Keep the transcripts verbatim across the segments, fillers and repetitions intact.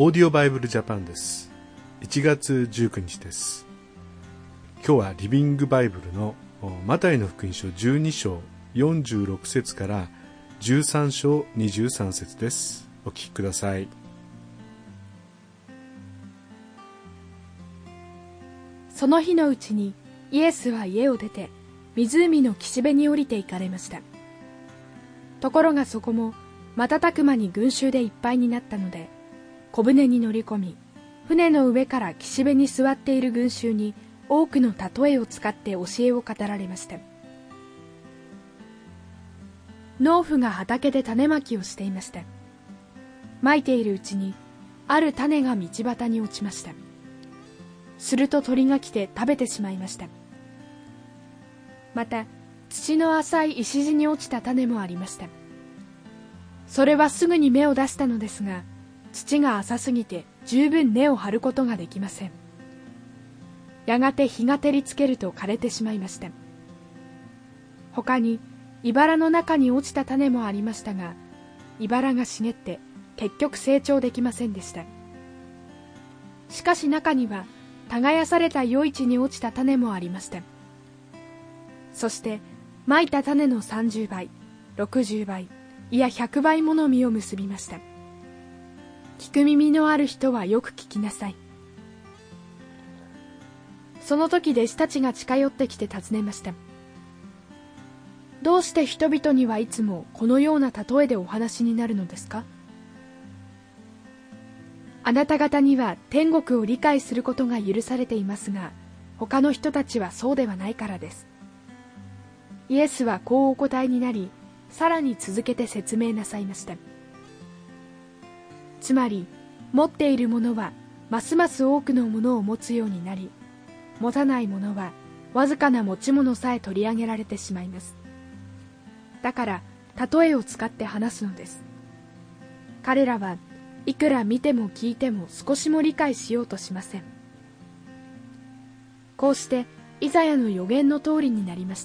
オーディオバイブルジャパンです。いちがつじゅうくにちです。今日はリビングバイブルのマタイの福音書じゅうにしょうよんじゅうろくせつからじゅうさんしょうにじゅうさんせつです。お聞きください。 その日のうちにイエスは家を出て湖の岸辺に降りて行かれました。ところがそこも瞬く間に群衆でいっぱいになったので、小舟に乗り込み、船の上から岸辺に座っている群衆に多くの例えを使って教えを語られました。農夫が畑で種まきをしていました。まいているうちにある種が道端に落ちました。すると鳥が来て食べてしまいました。また土の浅い石地に落ちた種もありました。それはすぐに芽を出したのですが、土が浅すぎて十分根を張ることができません。やがて日が照りつけると枯れてしまいました。他に茨の中に落ちた種もありましたが、茨が茂って結局成長できませんでした。しかし中には耕された余地に落ちた種もありました。そしてまいた種のさんじゅうばい、ろくじゅうばい、いやひゃくばいもの実を結びました。聞く耳のある人はよく聞きなさい。その時弟子たちが近寄ってきて尋ねました。どうして人々にはいつもこのような例えでお話になるのですか？あなた方には天国を理解することが許されていますが、他の人たちはそうではないからです。イエスはこうお答えになり、さらに続けて説明なさいました。つまり、持っている者はますます多くのものを持つようになり、持たない者はわずかな持ち物さえ取り上げられてしまいます。だから例えを使って話すのです。彼らはいくら見ても聞いても少しも理解しようとしません。こうしてイザヤの預言の通りになりました。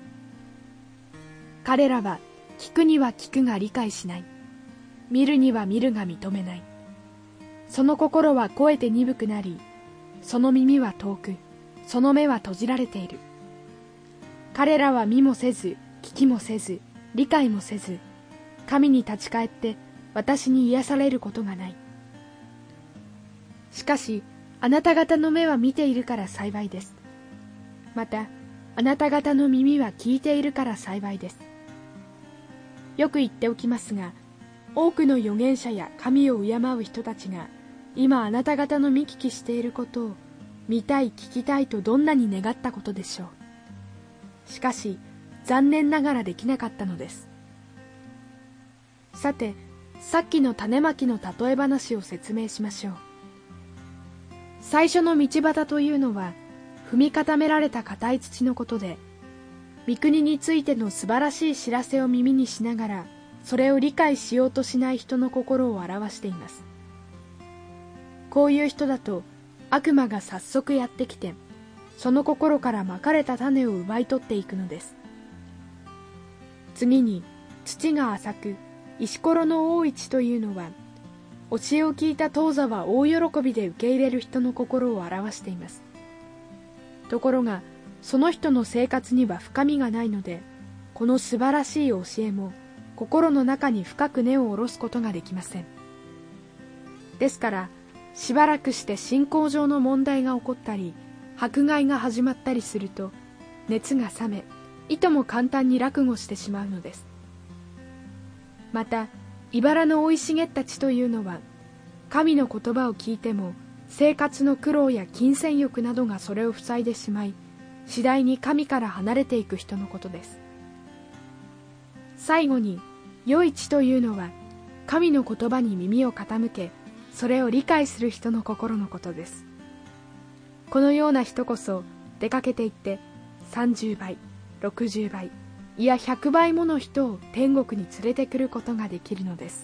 彼らは聞くには聞くが理解しない。見るには見るが認めない。その心は肥えて鈍くなり、その耳は遠く、その目は閉じられている。彼らは見もせず、聞きもせず、理解もせず、神に立ち返って私に癒されることがない。しかし、あなた方の目は見ているから幸いです。また、あなた方の耳は聞いているから幸いです。よく言っておきますが、多くの預言者や神を敬う人たちが今あなた方の見聞きしていることを見たい聞きたいとどんなに願ったことでしょう。しかし残念ながらできなかったのです。さて、さっきの種まきの例え話を説明しましょう。最初の道端というのは踏み固められた硬い土のことで、御国についての素晴らしい知らせを耳にしながらそれを理解しようとしない人の心を表しています。こういう人だと悪魔が早速やってきて、その心からまかれた種を奪い取っていくのです。次に土が浅く石ころの多い地というのは、教えを聞いた当座は大喜びで受け入れる人の心を表しています。ところがその人の生活には深みがないので、この素晴らしい教えも心の中に深く根を下ろすことができません。ですからしばらくして信仰上の問題が起こったり、迫害が始まったりすると熱が冷め、いとも簡単に落語してしまうのです。また茨の生い茂った地というのは、神の言葉を聞いても生活の苦労や金銭欲などがそれを塞いでしまい、次第に神から離れていく人のことです。最後に良い地というのは、神の言葉に耳を傾けそれを理解する人の心のことです。このような人こそ出かけていってさんじゅうばい、ろくじゅうばい、いやひゃくばいもの人を天国に連れてくることができるのです。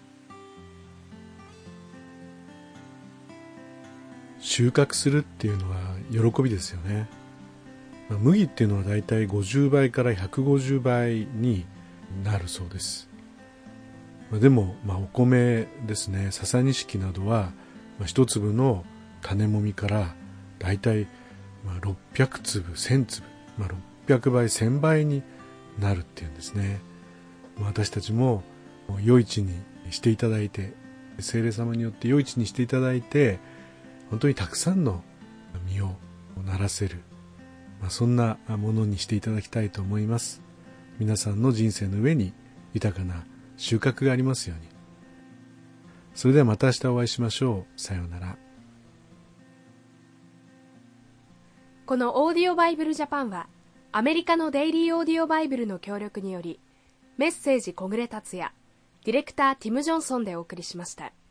収穫するっていうのは喜びですよね。麦っていうのはだいたいごじゅうばいからひゃくごじゅうばいになるそうです。 でも、まあ、お米ですね、笹錦などは、まあ、一粒の種もみからだいたいろっぴゃくつぶ、せんつぶ、まあ、ろっぴゃくばい、せんばいになるっていうんですね。私たちも余市にしていただいて、聖霊様によって余市にしていただいて、本当にたくさんの実をならせる、まあ、そんなものにしていただきたいと思います。皆さんの人生の上に豊かな収穫がありますように。それではまた明日お会いしましょう。さようなら。 このオーディオバイブルジャパンはアメリカのデイリーオーディオバイブルの協力により、メッセージ小暮達也、ディレクターティム・ジョンソンでお送りしました。